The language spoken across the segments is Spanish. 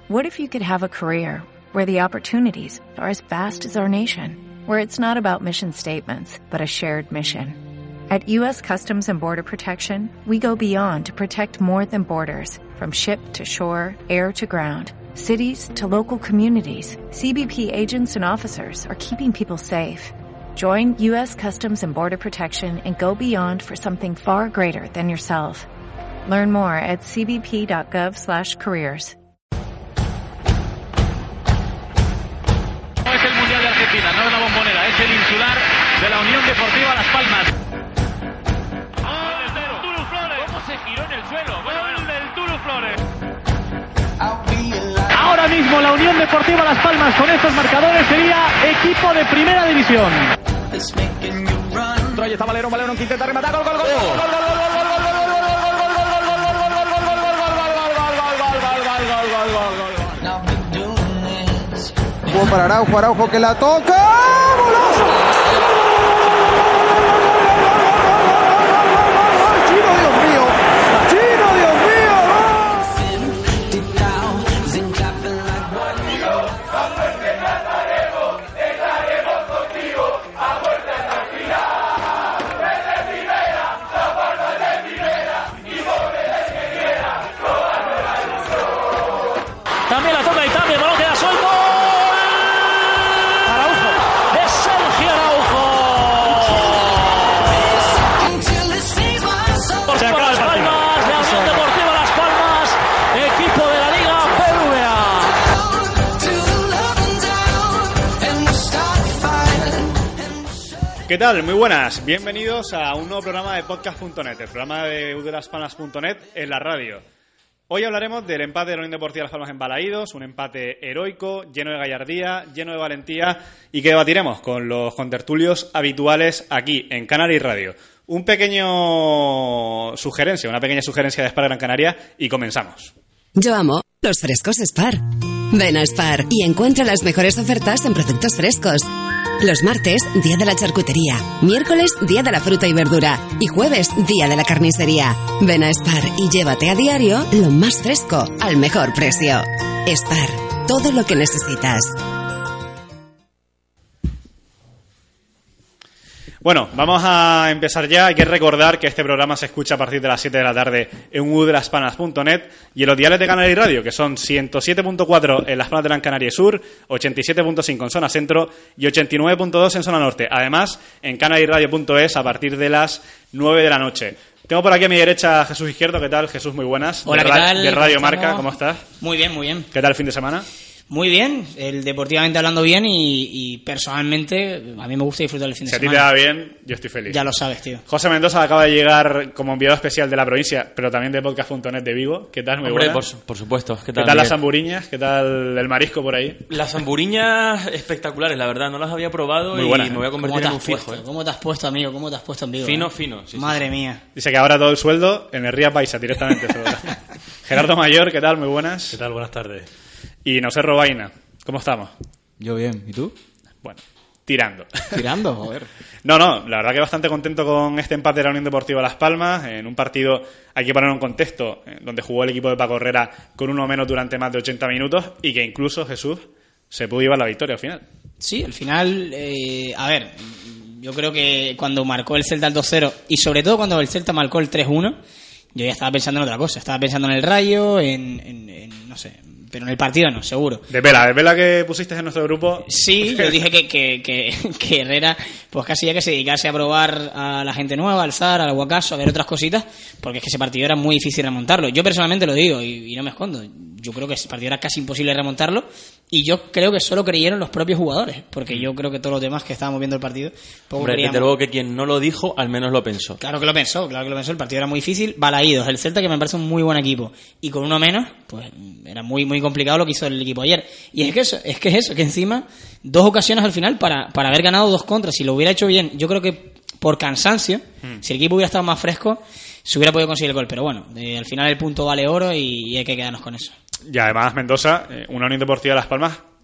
What if you could have a career where the opportunities are as vast as our nation, where it's not about mission statements, but a shared mission? At U.S. Customs and Border Protection, we go beyond to protect more than borders, from ship to shore, air to ground, cities to local communities. CBP agents and officers are keeping people safe. Join U.S. Customs and Border Protection and go beyond for something far greater than yourself. Learn more at cbp.gov/careers. No es el Mundial de Argentina, no es la Bombonera, es el insular de la Unión Deportiva Las Palmas. Tulu Flores, ¿cómo se giró en el suelo? Gol del Tulu Flores. Ahora mismo la Unión Deportiva Las Palmas con estos marcadores sería equipo de primera división. Ahí está Valerón que intenta rematar, gol. Para Araujo que la toca. ¡Golazo! ¡Chino, Dios mío! También la toca y también el balón queda suelto. ¿Qué tal? Muy buenas. Bienvenidos a un nuevo programa de podcast.net, el programa de udelaspalmas.net en la radio. Hoy hablaremos del empate de la Unión Deportiva Las Palmas en Balaídos, un empate heroico, lleno de gallardía, lleno de valentía y que debatiremos con los contertulios habituales aquí en Canary Radio. Una pequeña sugerencia de Spar Gran Canaria y comenzamos. Yo amo los frescos Spar. Ven a Spar y encuentra las mejores ofertas en productos frescos. Los martes, día de la charcutería. Miércoles, día de la fruta y verdura. Y jueves, día de la carnicería. Ven a Spar y llévate a diario lo más fresco al mejor precio. Spar, todo lo que necesitas. Bueno, vamos a empezar ya. Hay que recordar que este programa se escucha a partir de las 7 de la tarde en udelaspalmas.net y en los diales de Canary Radio, que son 107.4 en las Palmas de Gran Canaria Sur, 87.5 en zona centro y 89.2 en zona norte. Además, en canaryradio.es a partir de las 9 de la noche. Tengo por aquí a mi derecha a Jesús Izquierdo. ¿Qué tal, Jesús? Muy buenas. Hola, ¿qué tal? De Radio Marca, ¿cómo estás? Muy bien, muy bien. ¿Qué tal el fin de semana? Muy bien, deportivamente hablando bien y personalmente a mí me gusta disfrutar el fin de semana. Si a ti te va bien, yo estoy feliz. Ya lo sabes, tío. José Mendoza acaba de llegar como enviado especial de la provincia, pero también de podcast.net de Vigo. ¿Qué tal? Muy buena. Por supuesto. ¿Qué tal las hamburiñas? ¿Qué tal el marisco por ahí? Las hamburiñas espectaculares, la verdad. No las había probado muy buenas, me voy a convertir en un fijo. ¿Cómo te has puesto, amigo? ¿Cómo te has puesto en Vigo? Fino. Sí, Madre mía. Dice que ahora todo el sueldo en el Ría Paisa directamente. Gerardo Mayor, ¿qué tal? Muy buenas. ¿Qué tal? Buenas tardes. Y Nosé Robaina. ¿Cómo estamos? Yo bien, ¿y tú? Bueno, tirando. ¿Tirando? Joder. No, la verdad que bastante contento con este empate de la Unión Deportiva Las Palmas, en un partido, hay que poner en contexto, donde jugó el equipo de Paco Herrera con uno menos durante más de 80 minutos y que incluso, Jesús, se pudo llevar la victoria al final. Sí, al final, a ver, yo creo que cuando marcó el Celta el 2-0 y sobre todo cuando el Celta marcó el 3-1, yo ya estaba pensando en otra cosa, estaba pensando en el Rayo, en no sé, pero en el partido no, seguro. De Vela que pusiste en nuestro grupo. Sí, yo dije que Herrera pues casi ya que se dedicase a probar a la gente nueva, al Zar, al Guacaso, a ver otras cositas, porque es que ese partido era muy difícil remontarlo. Yo personalmente lo digo y no me escondo. Yo creo que ese partido era casi imposible remontarlo y yo creo que solo creyeron los propios jugadores, porque yo creo que todos los demás que estábamos viendo el partido poco Hombre, creíamos. desde luego que quien no lo dijo al menos lo pensó. Claro que lo pensó, el partido era muy difícil. Balaídos, el Celta, que me parece un muy buen equipo, y con uno menos pues era muy muy complicado lo que hizo el equipo ayer. Y es que encima dos ocasiones al final para haber ganado 2 contras. Si lo hubiera hecho bien, yo creo que por cansancio, si el equipo hubiera estado más fresco, se hubiera podido conseguir el gol. Pero bueno, al final el punto vale oro y hay que quedarnos con eso. Y además, Mendoza, una Unión Deportiva de Las Palmas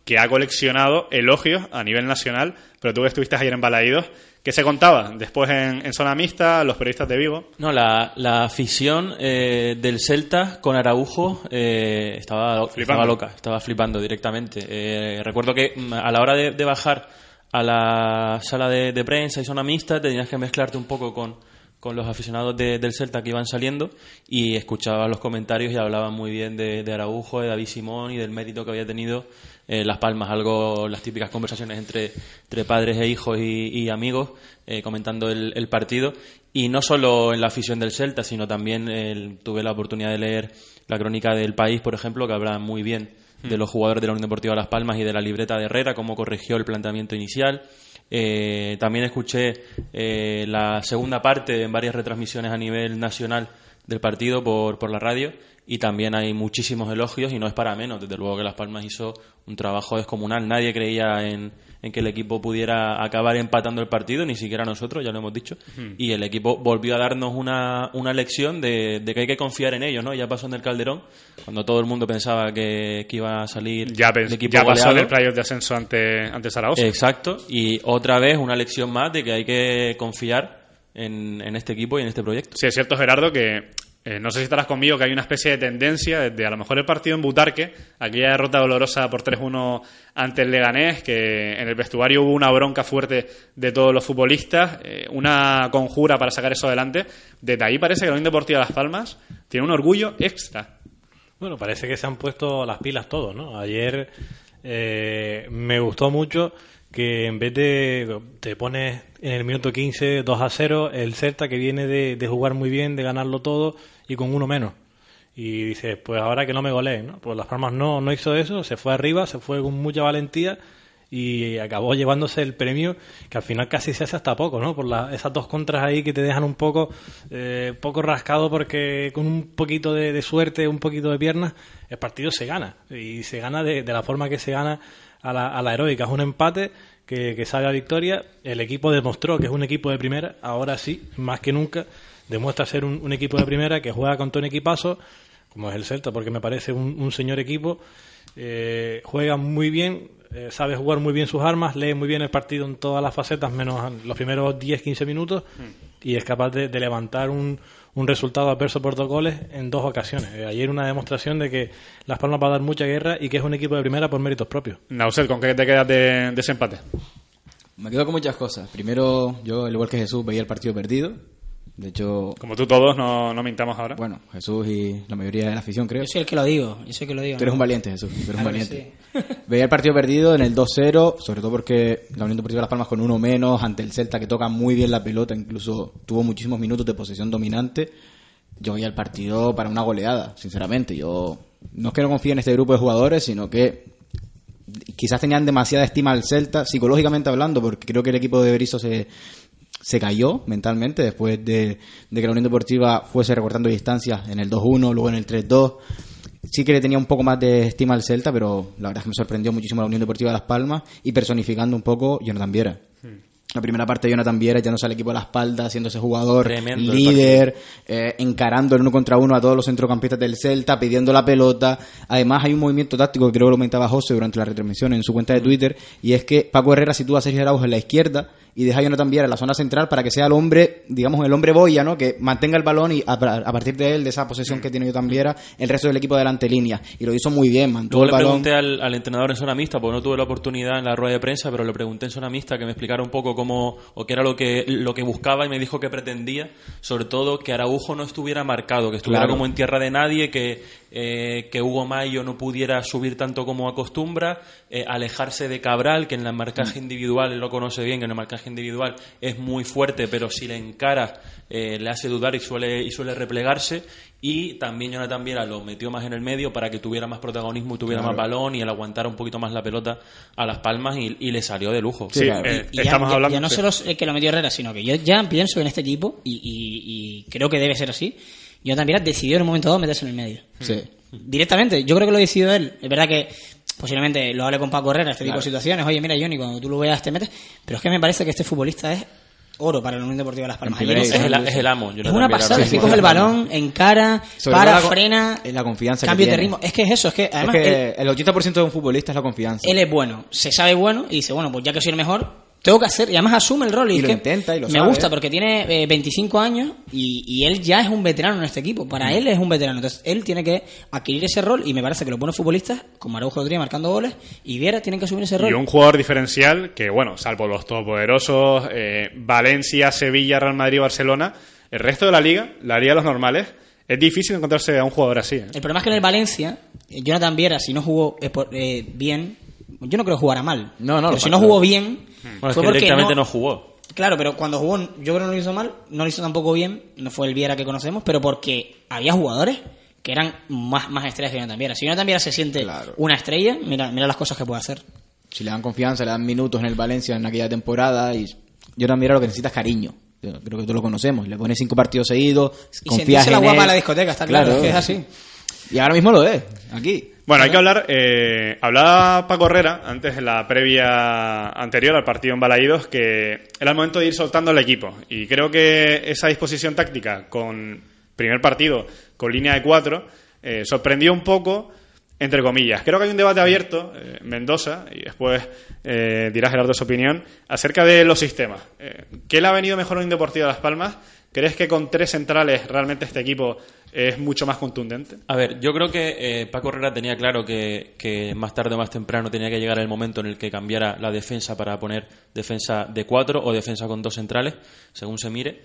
que ha coleccionado elogios a nivel nacional, pero tú que estuviste ayer en Balaídos, ¿qué se contaba después en zona mixta, los periodistas de Vigo? No, la afición del Celta con Araujo estaba loca, estaba flipando directamente. Recuerdo que a la hora de bajar a la sala de prensa y zona mixta tenías que mezclarte un poco con los aficionados del Celta que iban saliendo y escuchaba los comentarios y hablaban muy bien de Araujo, de David Simón y del mérito que había tenido Las Palmas, las típicas conversaciones entre padres e hijos y amigos comentando el partido. Y no solo en la afición del Celta, sino también tuve la oportunidad de leer la crónica del País, por ejemplo, que habla muy bien de los jugadores de la Unión Deportiva Las Palmas y de la libreta de Herrera, cómo corrigió el planteamiento inicial. También escuché la segunda parte en varias retransmisiones a nivel nacional del partido por la radio, y también hay muchísimos elogios y no es para menos. Desde luego que Las Palmas hizo un trabajo descomunal. Nadie creía en que el equipo pudiera acabar empatando el partido, ni siquiera nosotros, ya lo hemos dicho, y el equipo volvió a darnos una lección de que hay que confiar en ellos, ¿no? Ya pasó en el Calderón, cuando todo el mundo pensaba que iba a salir el equipo ya goleado. Pasó en el playoff de ascenso ante Zaragoza. Exacto, y otra vez una lección más de que hay que confiar en este equipo y en este proyecto. Sí, es cierto, Gerardo, que no sé si estarás conmigo, que hay una especie de tendencia desde a lo mejor el partido en Butarque, aquella derrota dolorosa por 3-1 ante el Leganés, que en el vestuario hubo una bronca fuerte de todos los futbolistas, una conjura para sacar eso adelante. Desde ahí parece que la Unión Deportiva Las Palmas tiene un orgullo extra. Bueno, parece que se han puesto las pilas todos, ¿no? Ayer me gustó mucho que en vez de te pones en el minuto 15 2-0, el Celta, que viene de jugar muy bien, de ganarlo todo y con uno menos, y dices, pues ahora que no me goleen, ¿no? Pues Las Palmas no hizo eso, se fue arriba, se fue con mucha valentía y acabó llevándose el premio, que al final casi se hace hasta poco, ¿no? Por esas dos contras ahí que te dejan un poco rascado, porque con un poquito de suerte, un poquito de piernas, el partido se gana, y se gana de la forma que se gana a la heroica. Es un empate que sabe a victoria. El equipo demostró que es un equipo de primera, ahora sí, más que nunca demuestra ser un equipo de primera, que juega con todo un equipazo, como es el Celta, porque me parece un señor equipo. Juega muy bien, sabe jugar muy bien sus armas, lee muy bien el partido en todas las facetas, menos los primeros 10-15 minutos, y es capaz de levantar un resultado adverso por 2 goles en 2 ocasiones. Ayer una demostración de que Las Palmas va a dar mucha guerra y que es un equipo de primera por méritos propios. Nausel, ¿con qué te quedas de ese empate? Me quedo con muchas cosas. Primero, yo, al igual que Jesús, veía el partido perdido. De hecho, como tú todos, no mintamos ahora. Bueno, Jesús y la mayoría de la afición, creo. Yo soy el que lo digo. Tú eres un valiente, Jesús. Tú eres un valiente. Sí. Veía el partido perdido en el 2-0, sobre todo porque la Unión Deportiva Las Palmas con uno menos ante el Celta, que toca muy bien la pelota, incluso tuvo muchísimos minutos de posesión dominante. Yo veía el partido para una goleada, sinceramente. Yo no es que no confíe en este grupo de jugadores, sino que quizás tenían demasiada estima al Celta, psicológicamente hablando, porque creo que el equipo de Berizzo se cayó mentalmente después de que la Unión Deportiva fuese recortando distancias en el 2-1, luego en el 3-2. Sí que le tenía un poco más de estima al Celta, pero la verdad es que me sorprendió muchísimo la Unión Deportiva de Las Palmas, y personificando un poco Jonathan Viera. La primera parte de Jonathan Viera echándose al equipo a la espalda, haciéndose jugador, tremendo, líder, encarando el 1 contra 1 a todos los centrocampistas del Celta, pidiendo la pelota. Además hay un movimiento táctico que creo que lo comentaba José durante la retransmisión en su cuenta de Twitter, y es que Paco Herrera sitúa a Sergio Araujo en la izquierda y deja a Jonathan Viera en la zona central para que sea el hombre, digamos, el hombre boya, ¿no? Que mantenga el balón, y a partir de él, de esa posesión que tiene Jonathan Viera, el resto del equipo delante línea. Y lo hizo muy bien, mantuvo el balón. Luego le pregunté al entrenador en zona mixta, porque no tuve la oportunidad en la rueda de prensa, pero le pregunté en zona mixta que me explicara un poco cómo, o qué era lo que buscaba, y me dijo que pretendía, sobre todo, que Araujo no estuviera marcado, que estuviera como en tierra de nadie, que Hugo Mayo no pudiera subir tanto como acostumbra, alejarse de Cabral, que en el marcaje individual, él lo conoce bien, que en el marcaje individual es muy fuerte, pero si le encara le hace dudar y suele replegarse. Y también Jonathan Viera lo metió más en el medio para que tuviera más protagonismo y tuviera más balón, y él aguantara un poquito más la pelota a Las Palmas, y le salió de lujo. Sí, estamos hablando. Ya no solo el que lo metió Herrera, sino que yo ya pienso en este equipo, y creo que debe ser así. Jonathan Viera decidió en un momento dado meterse en el medio. Sí. Directamente, yo creo que lo decidió él. Es verdad que posiblemente lo hable con Paco Herrera, este tipo de situaciones. Oye, mira, Johnny, cuando tú lo veas te metes. Pero es que me parece que este futbolista es oro para la Unión Deportiva Las Palmas. Es el amo. Es una pasada, es que coge el balón, encara, frena, es la confianza cambio que de tiene. ritmo. Es que es eso, es que además el 80% de un futbolista es la confianza. Él es bueno, se sabe bueno y dice, bueno, pues ya que soy el mejor, tengo que hacer, y además asume el rol. Y es lo que intenta y lo me sabe. gusta porque tiene 25 años y él ya es un veterano en este equipo. Para él es un veterano. Entonces él tiene que adquirir ese rol y me parece que los buenos futbolistas, como Araujo otro día marcando goles, y Viera tienen que asumir ese rol. Y un jugador diferencial que, bueno, salvo los todopoderosos, Valencia, Sevilla, Real Madrid, Barcelona, el resto de la liga de los normales, es difícil encontrarse a un jugador así. El problema es que en el Valencia, Jonathan Viera, si no jugó bien, yo no creo que jugara mal. Pero si no jugó bien... Bueno, es que directamente no jugó. Claro, pero cuando jugó, yo creo que no lo hizo mal, no lo hizo tampoco bien, no fue el Viera que conocemos, pero porque había jugadores que eran más estrellas que Jonathan Viera. Si Jonathan Viera se siente una estrella, mira las cosas que puede hacer. Si le dan confianza, le dan minutos en el Valencia en aquella temporada, y Jonathan Viera lo que necesita es cariño. Yo creo que todos lo conocemos. Le pone 5 partidos seguidos, y confías en la guapa él. de la discoteca, está claro, es que es así. Y ahora mismo lo es, aquí. Bueno, hay que hablar, hablaba Paco Herrera antes en la previa anterior al partido en Balaídos que era el momento de ir soltando el equipo y creo que esa disposición táctica con primer partido con línea de 4 sorprendió un poco, entre comillas. Creo que hay un debate abierto, Mendoza, y después dirá Gerardo su opinión, acerca de los sistemas. ¿Qué le ha venido mejor a Unión Deportiva Las Palmas? ¿Crees que con 3 centrales realmente este equipo es mucho más contundente? A ver, yo creo que Paco Herrera tenía claro que más tarde o más temprano tenía que llegar el momento en el que cambiara la defensa para poner defensa de 4 o defensa con 2 centrales, según se mire.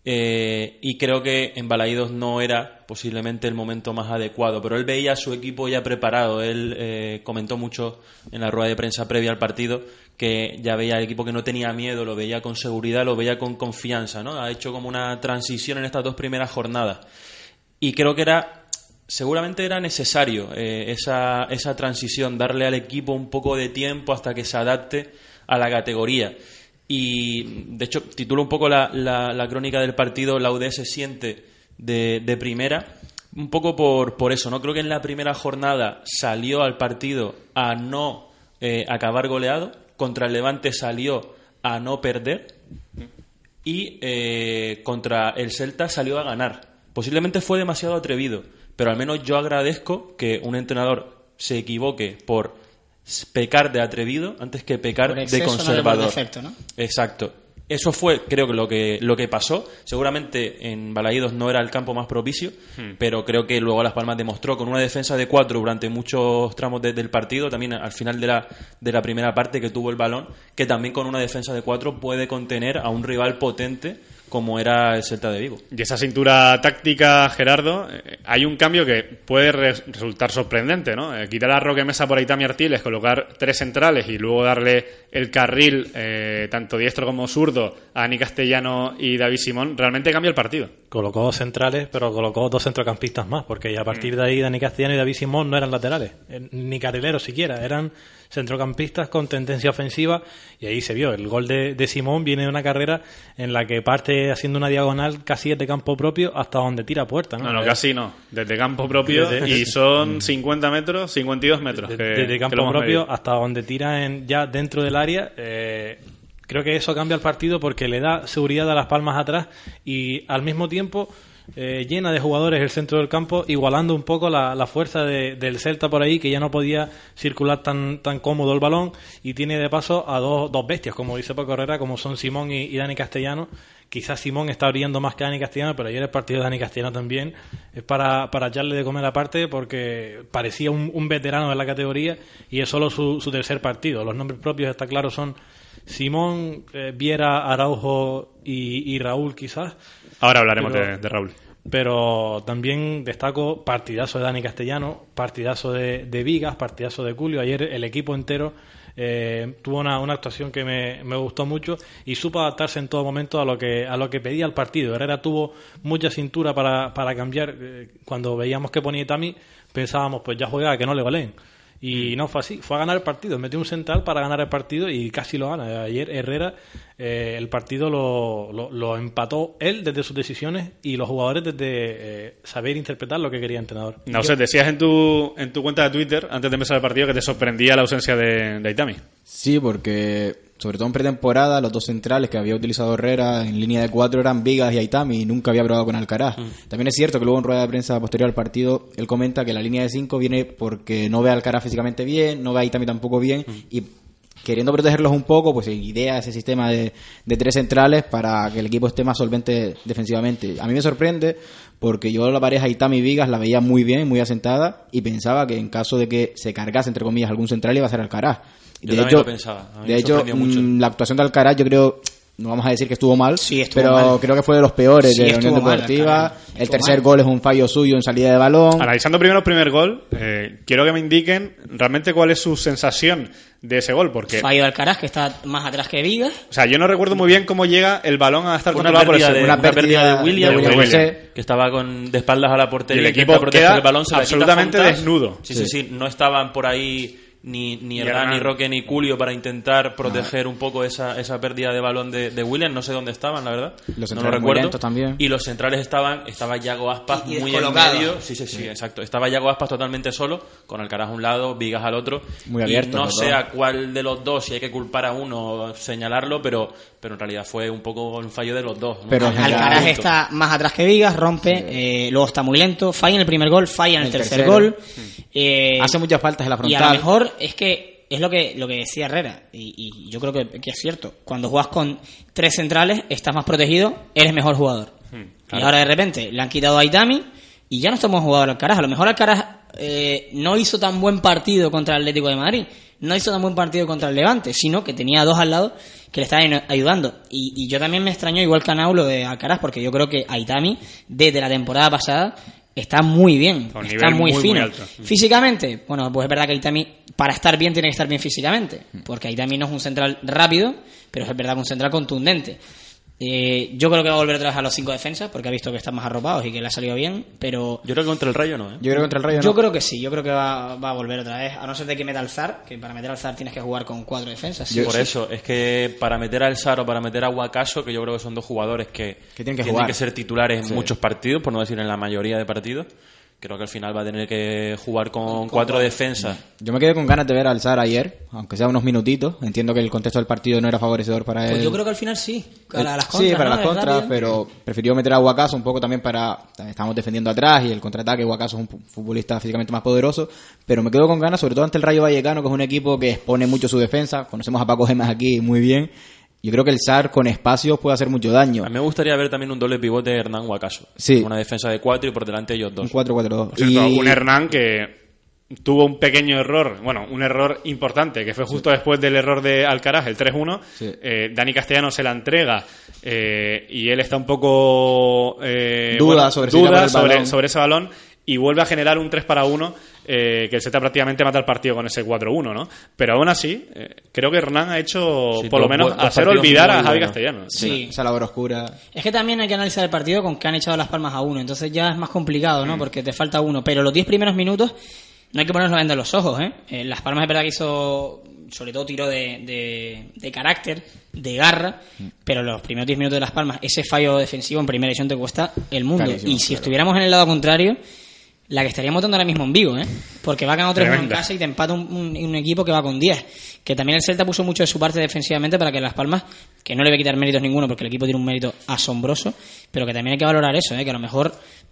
Y creo que en Balaídos no era posiblemente el momento más adecuado, pero él veía a su equipo ya preparado. Él comentó mucho en la rueda de prensa previa al partido que ya veía al equipo que no tenía miedo, lo veía con seguridad, lo veía con confianza, ¿no? Ha hecho como una transición en estas 2 primeras jornadas y creo que seguramente era necesario esa transición, darle al equipo un poco de tiempo hasta que se adapte a la categoría. Y de hecho titulo un poco la crónica del partido, la UD se siente de primera, un poco por eso, ¿no? Creo que en la primera jornada salió al partido a no acabar goleado, contra el Levante salió a no perder y contra el Celta salió a ganar. Posiblemente fue demasiado atrevido, pero al menos yo agradezco que un entrenador se equivoque por pecar de atrevido antes que pecar de conservador. No defecto, ¿no? Exacto. Eso fue, creo que lo que pasó. Seguramente en Balaídos no era el campo más propicio, pero creo que luego Las Palmas demostró con una defensa de 4 durante muchos tramos del partido, también al final de la primera parte que tuvo el balón, que también con una defensa de 4 puede contener a un rival potente como era el Celta de Vigo. Y esa cintura táctica, Gerardo, hay un cambio que puede resultar sorprendente, ¿no? Quitar a Roque Mesa por Aitami Artiles, colocar 3 centrales y luego darle el carril, tanto diestro como zurdo, a Dani Castellano y David Simón, realmente cambia el partido. Colocó 2 centrales, pero colocó 2 centrocampistas más, porque a partir de ahí Dani Castellano y David Simón no eran laterales, ni carrileros siquiera, eran centrocampistas con tendencia ofensiva, y ahí se vio. El gol de Simón viene de una carrera en la que parte haciendo una diagonal casi desde campo propio hasta donde tira puerta, ¿no? No, casi no. Desde campo propio y son 50 metros, 52 metros. Desde campo propio hasta donde tira ya dentro del área. Creo que eso cambia el partido porque le da seguridad a Las Palmas atrás y al mismo tiempo llena de jugadores el centro del campo, igualando un poco la fuerza del Celta por ahí, que ya no podía circular tan cómodo el balón, y tiene de paso a dos bestias, como dice Paco Herrera, como son Simón y Dani Castellano. Quizás Simón está brillando más que Dani Castellano, pero ayer el partido de Dani Castellano también es para echarle de comer aparte, porque parecía un veterano de la categoría y es solo su tercer partido. Los nombres propios, está claro, son Simón, Viera, Araujo y Raúl, quizás. Ahora hablaremos de Raúl. Pero también destaco partidazo de Dani Castellano, partidazo de Vigas, partidazo de Julio. Ayer el equipo entero tuvo una actuación que me gustó mucho y supo adaptarse en todo momento a lo que pedía el partido. Herrera tuvo mucha cintura para cambiar. Cuando veíamos que ponía Itami, pensábamos, pues ya juega, que no le goleen. Y no fue así, fue a ganar el partido, metió un central para ganar el partido y casi lo gana. Ayer Herrera el partido lo empató él desde sus decisiones y los jugadores desde saber interpretar lo que quería el entrenador. No sé, decías en tu cuenta de Twitter antes de empezar el partido que te sorprendía la ausencia de Aitami. Sí, porque sobre todo en pretemporada, los dos centrales que había utilizado Herrera en línea de 4 eran Vigas y Aitami, y nunca había probado con Alcaraz. También es cierto que luego en rueda de prensa posterior al partido, él comenta que la línea de 5 viene porque no ve a Alcaraz físicamente bien, no ve a Aitami tampoco bien, y queriendo protegerlos un poco, pues idea ese sistema de 3 centrales para que el equipo esté más solvente defensivamente. A mí me sorprende porque yo la pareja Aitami-Vigas la veía muy bien, muy asentada, y pensaba que en caso de que se cargase, entre comillas, algún central iba a ser Alcaraz. Yo también lo pensaba. De hecho, la actuación de Alcaraz, yo creo, no vamos a decir que estuvo mal, pero mal. Creo que fue de los peores de la Unión Deportiva. El tercer gol es un fallo suyo en salida de balón. Analizando primero el primer gol, quiero que me indiquen realmente cuál es su sensación de ese gol, porque fallo de Alcaraz, que está más atrás que Vigas. O sea, yo no recuerdo muy bien cómo llega el balón a estar controlado por una pérdida de William, que estaba de espaldas a la portería, y el equipo queda el balón, se absolutamente desnudo. Sí, no estaban por ahí ni Hernán, ni Roque, ni Culio para intentar proteger un poco esa pérdida de balón de William. No sé dónde estaban, la verdad. Los no lo recuerdo. También. Y los centrales estaba Yago Aspas y muy en medio. Sí, exacto. Estaba Yago Aspas totalmente solo, con Alcaraz a un lado, Vigas al otro. Muy abierto. Y no sé a cuál de los dos, si hay que culpar a uno, señalarlo, pero en realidad fue un poco un fallo de los dos, ¿no? Pero Alcaraz está más atrás que Vigas, rompe, luego está muy lento, falla en el primer gol, falla en el tercer gol. Hace muchas faltas en la frontal. Y a lo mejor es que es lo que decía Herrera, y yo creo que es cierto. Cuando juegas con 3 centrales, estás más protegido, eres mejor jugador. Claro. Y ahora de repente le han quitado a Aitami y ya no estamos jugando Alcaraz. A lo mejor Alcaraz no hizo tan buen partido contra el Atlético de Madrid, no hizo tan buen partido contra el Levante, sino que tenía 2 al lado que le estaban ayudando. Y yo también me extrañó, igual que a Nau, lo de Alcaraz, porque yo creo que Aitami, desde la temporada pasada, está muy bien, está muy fino. Muy físicamente, bueno, pues es verdad que Aitami, para estar bien, tiene que estar bien físicamente, porque Aitami no es un central rápido, pero es verdad que un central contundente. Yo creo que va a volver otra vez a los 5 defensas, porque ha visto que están más arropados y que le ha salido bien, pero... Yo creo que contra el Rayo no, ¿eh? Yo creo que sí, yo creo que va a volver otra vez, a no ser de que meta al Zar, que para meter al Zar tienes que jugar con 4 defensas. Por eso, es que para meter al Zar o para meter a Guacaso, que yo creo que son 2 jugadores que tienen que ser titulares en muchos partidos, por no decir en la mayoría de partidos, creo que al final va a tener que jugar con 4 defensas. Yo me quedé con ganas de ver al Zar ayer, aunque sea unos minutitos. Entiendo que el contexto del partido no era favorecedor para él. Pues yo creo que al final sí, para las contras. Sí, para las contras, pero prefirió meter a Guacaso un poco también estamos defendiendo atrás y el contraataque. Guacaso es un futbolista físicamente más poderoso, pero me quedo con ganas, sobre todo ante el Rayo Vallecano, que es un equipo que expone mucho su defensa. Conocemos a Paco Gemas aquí muy bien. Yo creo que el Zar con espacios puede hacer mucho daño. A mí me gustaría ver también un doble pivote de Hernán Guacaso. Sí. Una defensa de 4 y por delante ellos 2. Un 4-4-2. Y un Hernán que tuvo un pequeño error, un error importante, que fue justo después del error de Alcaraz, el 3-1. Sí. Dani Castellano se la entrega y él está un poco... duda sobre ese balón y vuelve a generar un 3-1 que el Celta prácticamente mata el partido con ese 4-1, ¿no? Pero aún así, creo que Hernán ha hecho, por lo menos, hacer olvidar a Javi Castellano. Sí, esa labor oscura. Es que también hay que analizar el partido con que han echado las palmas a uno, entonces ya es más complicado, ¿no? Porque te falta uno. Pero los 10 primeros minutos no hay que ponernos la venda en los ojos, ¿eh? Las Palmas es verdad que hizo, sobre todo tiro de carácter, de garra, pero los primeros 10 minutos de Las Palmas, ese fallo defensivo en primera edición te cuesta el mundo. Clarísimo, y si estuviéramos en el lado contrario, la que estaríamos dando ahora mismo en Vigo, porque va ganando 3-1 en casa y te empata un equipo que va con 10. Que también el Celta puso mucho de su parte defensivamente para que Las Palmas, que no le voy a quitar méritos ninguno porque el equipo tiene un mérito asombroso, pero que también hay que valorar eso, que a lo mejor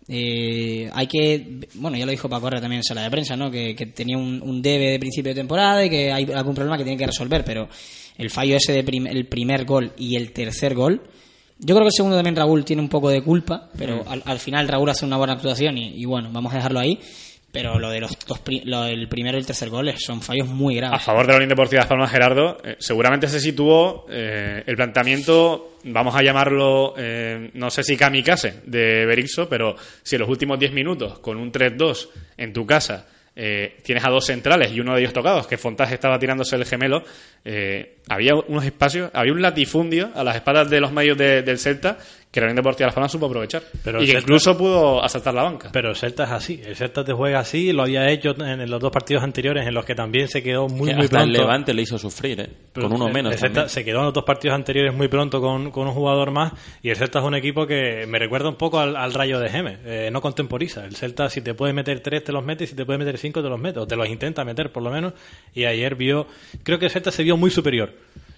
hay que... Bueno, ya lo dijo Paco Herrera también en sala de prensa, ¿no? Que tenía un debe de principio de temporada y que hay algún problema que tiene que resolver, pero el fallo ese el primer gol y el tercer gol... Yo creo que el segundo también Raúl tiene un poco de culpa, pero al final Raúl hace una buena actuación y bueno, vamos a dejarlo ahí. Pero lo de el primero y el tercer gol son fallos muy graves. A favor de la Unión Deportiva Las Palmas, Gerardo, seguramente se situó el planteamiento, vamos a llamarlo, no sé si kamikaze, de Berizzo, pero si en los últimos 10 minutos, con un 3-2 en tu casa, tienes a 2 centrales y uno de ellos tocados, que Fontás estaba tirándose el gemelo, había unos espacios, había un latifundio a las espaldas de los medios del Celta que la Unión Deportiva Las Palmas supo aprovechar, pero y que incluso pudo asaltar la banca. Pero el Celta es así, el Celta te juega así, lo había hecho en los 2 partidos anteriores en los que también se quedó muy pronto. El Levante le hizo sufrir, con uno menos. El Celta se quedó en los 2 partidos anteriores muy pronto con un jugador más, y el Celta es un equipo que me recuerda un poco al Rayo de Geme, no contemporiza. El Celta, si te puede meter 3 te los mete, y si te puede meter 5 te los mete, o te los intenta meter por lo menos, y ayer creo que el Celta se vio muy superior.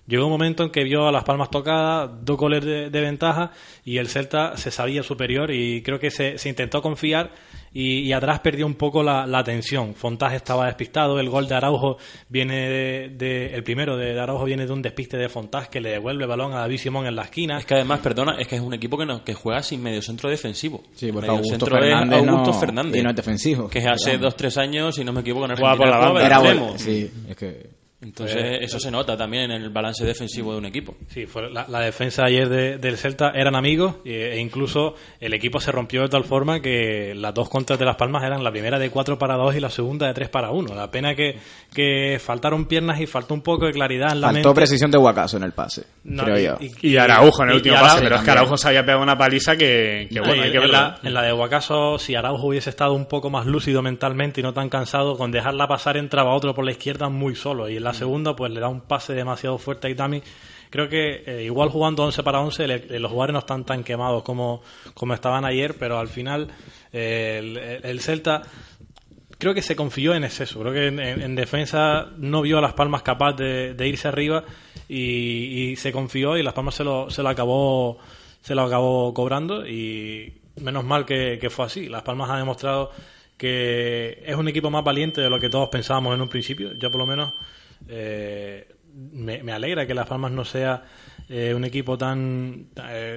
llegó un momento en que vio a Las Palmas tocadas, 2 goles de ventaja, y el Celta se sabía superior, y creo que se intentó confiar, y atrás perdió un poco la tensión. Fontás estaba despistado, el gol de Araujo viene el primero de Araujo viene de un despiste de Fontás que le devuelve el balón a David Simón en la esquina. Es que además, perdona, es que es un equipo que juega sin mediocentro defensivo. Sí, porque Augusto Fernández y no es defensivo. Que hace 2-3 años, si no me equivoco, en Jugaba por la banda. Era bueno. Sí, es que... Entonces eso se nota también en el balance defensivo de un equipo. Sí, fue la defensa ayer del Celta eran amigos, e incluso el equipo se rompió de tal forma que las 2 contras de Las Palmas eran la primera de 4-2 y la segunda de 3-1. La pena que faltaron piernas y faltó un poco de claridad en la mente. Faltó precisión de Guacaso en el pase, creo yo. Y Araujo en el último pase, pero también. es que Araujo se había pegado una paliza que bueno, hay que verlo. En la de Guacaso, si Araujo hubiese estado un poco más lúcido mentalmente y no tan cansado, con dejarla pasar entraba otro por la izquierda muy solo, y en la segunda pues le da un pase demasiado fuerte a Itami. Creo que igual jugando 11 para 11 los jugadores no están tan quemados como estaban ayer, pero al final el Celta creo que se confió en exceso. Creo que en defensa no vio a Las Palmas capaz de irse arriba, y se confió, y Las Palmas se lo acabó cobrando, y menos mal que fue así. Las Palmas ha demostrado que es un equipo más valiente de lo que todos pensábamos en un principio. Yo por lo menos me alegra que Las Palmas no sea un equipo tan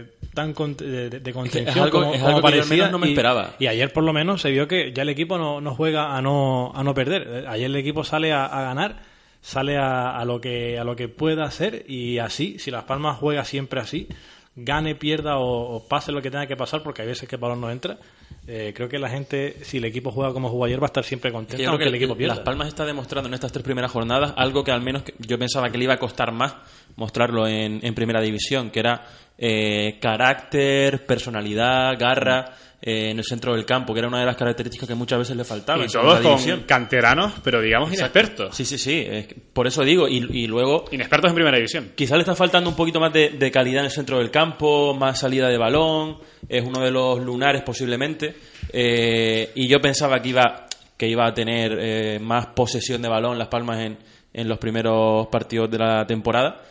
de contención es algo como que yo al menos no me esperaba. Y ayer por lo menos se vio que ya el equipo no juega a no perder. Ayer el equipo sale a ganar, sale a lo que pueda hacer, y así, si Las Palmas juega siempre así, gane, pierda o pase lo que tenga que pasar, porque hay veces que el balón no entra, creo que la gente, si el equipo juega como jugó ayer, va a estar siempre contenta, aunque el equipo pierda. Las Palmas está demostrando en estas 3 primeras jornadas algo que al menos yo pensaba que le iba a costar más mostrarlo en primera división, que era carácter, personalidad, garra en el centro del campo, que era una de las características que muchas veces le faltaba. Y todos con canteranos, pero digamos inexpertos. Sí. Por eso digo, y luego... Inexpertos en primera división. Quizás le está faltando un poquito más de calidad en el centro del campo, más salida de balón, es uno de los lunares posiblemente, y yo pensaba que iba a tener más posesión de balón Las Palmas en los primeros partidos de la temporada.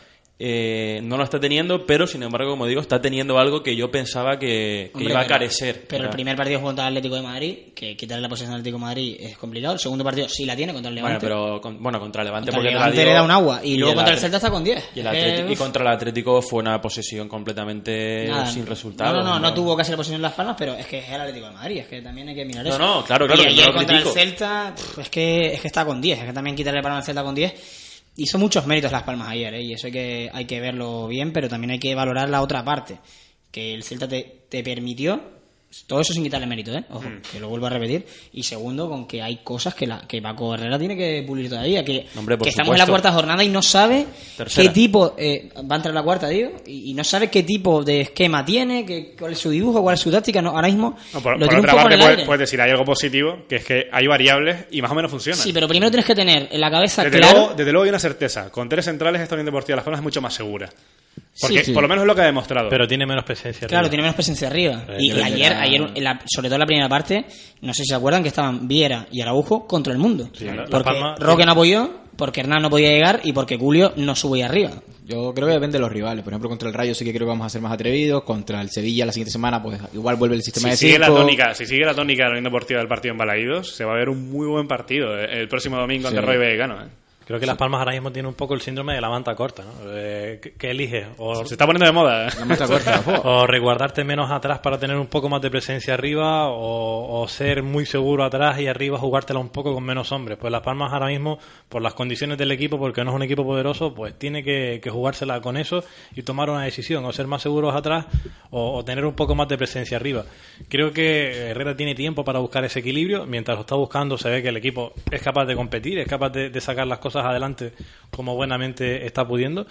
No lo está teniendo, pero sin embargo, como digo, está teniendo algo que yo pensaba que iba a carecer. Pero el primer partido contra el Atlético de Madrid, que quitarle la posesión al Atlético de Madrid es complicado. El segundo partido sí la tiene contra el Levante. Contra el Levante, porque el Levante le da un agua, y luego contra el Celta está con 10. Y contra el Atlético fue una posesión completamente sin resultado. No tuvo casi la posesión en Las Palmas, pero es que es el Atlético de Madrid, es que también hay que mirar eso. No, claro. Y ayer contra el Celta, es que está con 10, es que también quitarle el balón al Celta con 10. Hizo muchos méritos Las Palmas ayer, y eso hay que verlo bien, pero también hay que valorar la otra parte, que el Celta te permitió, todo eso sin quitarle mérito, ojo, que lo vuelvo a repetir, y segundo, con que hay cosas que Paco Herrera tiene que pulir todavía, que estamos en la 4ª jornada y no sabe qué tipo, va a entrar la 4ª, digo, y no sabe qué tipo de esquema tiene, cuál es su dibujo, cuál es su táctica, ahora mismo por otra parte puedes decir, hay algo positivo, que es que hay variables y más o menos funcionan. Sí, pero primero tienes que tener en la cabeza desde luego hay una certeza, con 3 centrales esta Unión Deportiva Las Palmas es mucho más segura. Porque por lo menos es lo que ha demostrado. Pero tiene menos presencia arriba. Claro, tiene menos presencia arriba. Y ayer sobre todo en la primera parte, no sé si se acuerdan que estaban Viera y Araujo contra el mundo. Sí, porque Roque no apoyó, porque Hernán no podía llegar y porque Julio no subía arriba. Yo creo que depende de los rivales. Por ejemplo, contra el Rayo sí que creo que vamos a ser más atrevidos. Contra el Sevilla la siguiente semana, pues igual vuelve el sistema de 5. Si sigue la tónica de la Unión Deportiva del partido en Balaídos, se va a ver un muy buen partido el próximo domingo ante Rayo Vallecano. Creo que Las Palmas ahora mismo tiene un poco el síndrome de la manta corta, ¿no? ¿Qué eliges? Se está poniendo de moda. La manta corta. O resguardarte menos atrás para tener un poco más de presencia arriba, o ser muy seguro atrás y arriba jugártela un poco con menos hombres. Pues Las Palmas ahora mismo, por las condiciones del equipo, porque no es un equipo poderoso, pues tiene que jugársela con eso y tomar una decisión, o ser más seguros atrás o tener un poco más de presencia arriba. Creo que Herrera tiene tiempo para buscar ese equilibrio. Mientras lo está buscando, se ve que el equipo es capaz de competir, es capaz de sacar las cosas adelante como buenamente está pudiendo,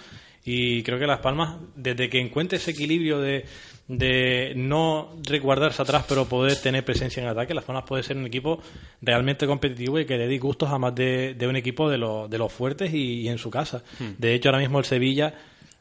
y creo que Las Palmas, desde que encuentre ese equilibrio de no resguardarse atrás pero poder tener presencia en ataque, Las Palmas puede ser un equipo realmente competitivo y que le dé gustos a más de un equipo de los fuertes y en su casa. De hecho, ahora mismo el Sevilla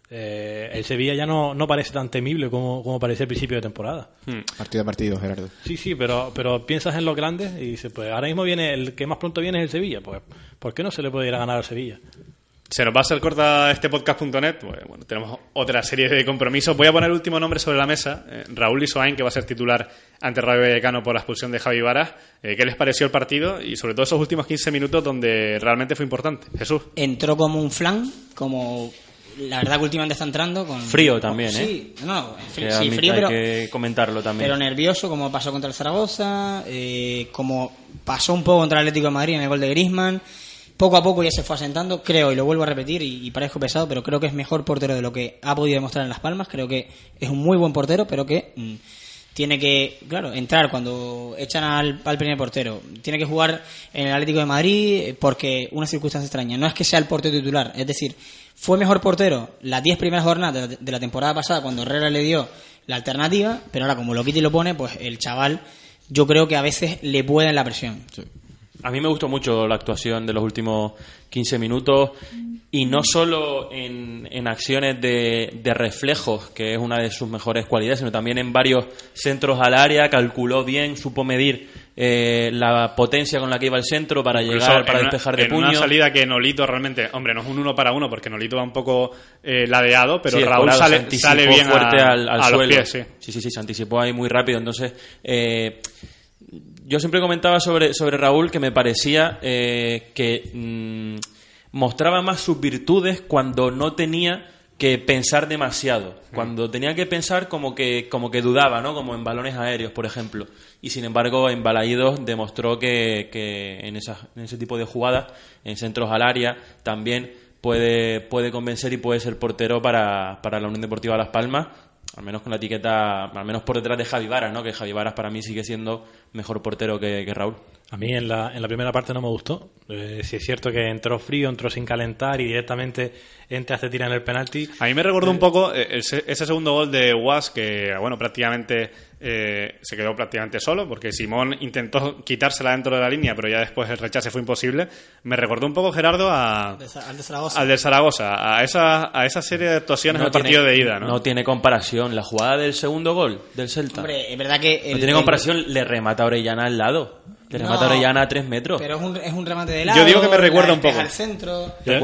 ya no parece tan temible como parecía al principio de temporada. Partido a partido, Gerardo. Sí, pero piensas en los grandes y dices, pues ahora mismo el que más pronto viene es el Sevilla. Pues ¿por qué no se le puede ir a ganar al Sevilla? Se nos va a hacer corta este podcast.net. Bueno, tenemos otra serie de compromisos. Voy a poner el último nombre sobre la mesa. Raúl Lisoain, que va a ser titular ante Rayo Vallecano por la expulsión de Javi Varas. ¿Qué les pareció el partido? Y sobre todo esos últimos 15 minutos donde realmente fue importante. Jesús. Entró como un flan, como... La verdad que últimamente está entrando con... Frío también, sí, no, sí, frío, pero... Hay que comentarlo también. Pero nervioso, como pasó contra el Zaragoza, como pasó un poco contra el Atlético de Madrid en el gol de Griezmann. Poco a poco ya se fue asentando, creo, y lo vuelvo a repetir, y parezco pesado, pero creo que es mejor portero de lo que ha podido demostrar en Las Palmas. Creo que es un muy buen portero, pero que tiene que, claro, entrar cuando echan al primer portero. Tiene que jugar en el Atlético de Madrid porque una circunstancia extraña. No es que sea el portero titular, es decir, fue mejor portero las 10 primeras jornadas de la temporada pasada cuando Herrera le dio la alternativa, pero ahora como lo quita y lo pone, pues el chaval yo creo que a veces le puede en la presión. Sí. A mí me gustó mucho la actuación de los últimos 15 minutos y no solo en acciones de reflejos, que es una de sus mejores cualidades, sino también en varios centros al área, calculó bien, supo medir la potencia con la que iba el centro para llegar, para despejar de puño. En una salida que Nolito realmente, hombre, no es un 1 para 1 porque Nolito va un poco ladeado, pero sí, Raúl sale bien fuerte al suelo. Los pies, sí, se anticipó ahí muy rápido, entonces... Yo siempre comentaba sobre Raúl que me parecía que mostraba más sus virtudes cuando no tenía que pensar demasiado, cuando tenía que pensar como que dudaba, ¿no? Como en balones aéreos, por ejemplo. Y sin embargo, en Balaídos demostró que en ese tipo de jugadas, en centros al área, también puede convencer y puede ser portero para la Unión Deportiva Las Palmas. Al menos con la etiqueta, al menos por detrás de Javi Varas, ¿no? Que Javi Varas para mí sigue siendo mejor portero que Raúl. A mí en la primera parte no me gustó. Sí es cierto que entró frío, entró sin calentar y directamente hace tirar en el penalti. A mí me recordó un poco ese segundo gol de Guas que, bueno, prácticamente se quedó prácticamente solo porque Simón intentó quitársela dentro de la línea, pero ya después el rechace fue imposible. Me recordó un poco, Gerardo, al de Zaragoza, a esa serie de actuaciones del partido de ida, ¿no? No tiene comparación. La jugada del segundo gol del Celta. Hombre, es verdad que... No tiene comparación, le remata a Orellana al lado. Le remata a Orellana a 3 metros. Pero es un remate de lado. Yo digo que me recuerda un poco. Al centro. Pero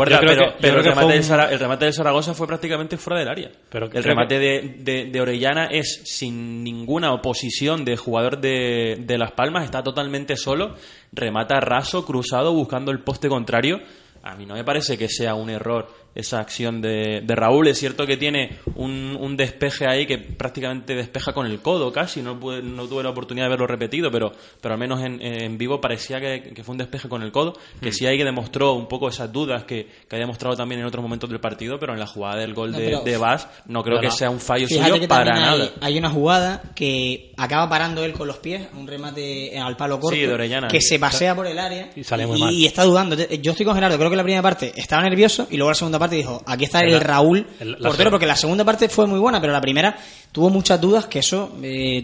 el remate del Zaragoza fue prácticamente fuera del área. El remate de Orellana es sin ninguna oposición de jugador de Las Palmas. Está totalmente solo. Remata raso, cruzado, buscando el poste contrario. A mí no me parece que sea un error esa acción de Raúl. Es cierto que tiene un despeje ahí que prácticamente despeja con el codo casi, no tuve la oportunidad de verlo repetido, pero al menos en vivo parecía que fue un despeje con el codo, que sí ahí que demostró un poco esas dudas que había mostrado también en otros momentos del partido, pero en la jugada del gol de Bas no creo que sea un fallo suyo para nada. Hay una jugada que acaba parando él con los pies, un remate al palo corto, de Orellana, que se pasea por el área y sale muy mal. Y está dudando. Yo estoy con Gerardo, creo que la primera parte estaba nervioso y luego la segunda parte dijo, aquí está el Raúl portero, porque la segunda parte fue muy buena, pero la primera tuvo muchas dudas, que eso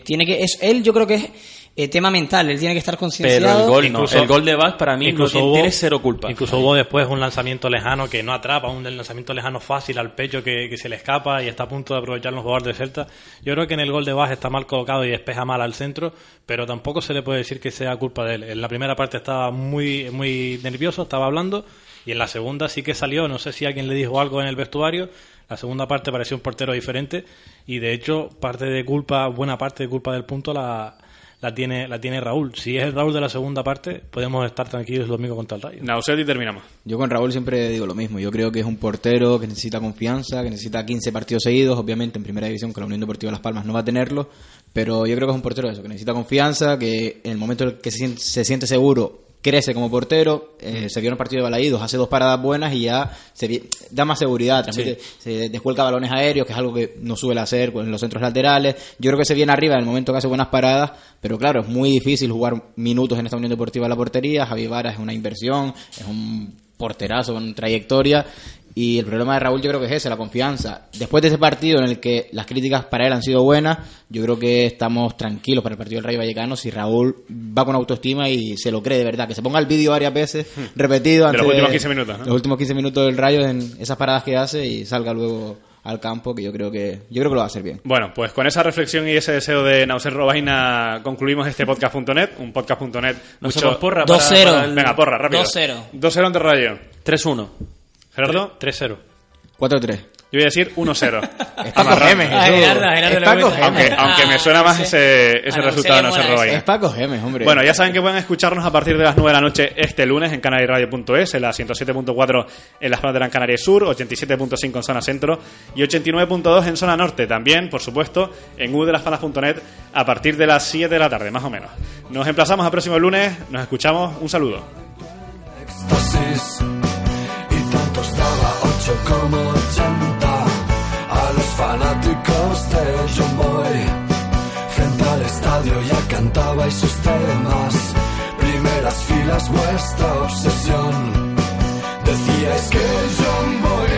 él yo creo que es tema mental, él tiene que estar concienciado. Pero el gol de Bas para mí tiene cero culpa. Incluso hubo después un lanzamiento lejano que no atrapa, un lanzamiento lejano fácil al pecho que se le escapa y está a punto de aprovechar los jugadores de Celta. Yo creo que en el gol de Bas está mal colocado y despeja mal al centro, pero tampoco se le puede decir que sea culpa de él. En la primera parte estaba muy, muy nervioso, estaba hablando, y en la segunda sí que salió, no sé si alguien le dijo algo en el vestuario. La segunda parte pareció un portero diferente y de hecho buena parte de culpa del punto la tiene Raúl. Si es el Raúl de la segunda parte, podemos estar tranquilos el domingo contra el Rayo. Nauset y terminamos. Yo con Raúl siempre digo lo mismo. Yo creo que es un portero que necesita confianza, que necesita 15 partidos seguidos. Obviamente en primera división con la Unión Deportiva Las Palmas no va a tenerlo, pero yo creo que es un portero que necesita confianza, que en el momento en el que se siente seguro crece como portero. Se vio en el partido de Balaídos, hace 2 paradas buenas y ya da más seguridad, se descuelca balones aéreos, que es algo que no suele hacer en los centros laterales. Yo creo que se viene arriba en el momento que hace buenas paradas, pero claro, es muy difícil jugar minutos en esta Unión Deportiva de la portería. Javi Varas es una inversión, es un porterazo con trayectoria. Y el problema de Raúl yo creo que es ese, la confianza. Después de ese partido en el que las críticas para él han sido buenas, yo creo que estamos tranquilos para el partido del Rayo Vallecano si Raúl va con autoestima y se lo cree de verdad. Que se ponga el vídeo varias veces, repetido, de los últimos 15 minutos, ¿no? Los últimos 15 minutos del Rayo en esas paradas que hace y salga luego al campo, que yo creo que lo va a hacer bien. Bueno, pues con esa reflexión y ese deseo de Nauset Robaina concluimos este podcast.net, un podcast.net mucho... Porra 2-0. Venga, porra, rápido. 2-0. 2-0 ante Rayo. 3-1. Gerardo. 3-0. 4-3. Yo voy a decir 1-0. Es Paco Gémez. Aunque me suena más ese resultado, no se roba. Es Paco Gémez, hombre. Bueno, ya saben que pueden escucharnos a partir de las 9 de la noche este lunes en canariaradio.es, en la 107.4 en las zonas de Gran Canaria Sur, 87.5 en zona centro y 89.2 en zona norte. También, por supuesto, en udelaspalmas.net a partir de las 7 de la tarde, más o menos. Nos emplazamos al próximo lunes. Nos escuchamos. Un saludo. Y tantos daba 8,80 a los fanáticos de John Boy. Frente al estadio ya cantabais sus temas. Primeras filas vuestra obsesión. Decíais que John Boy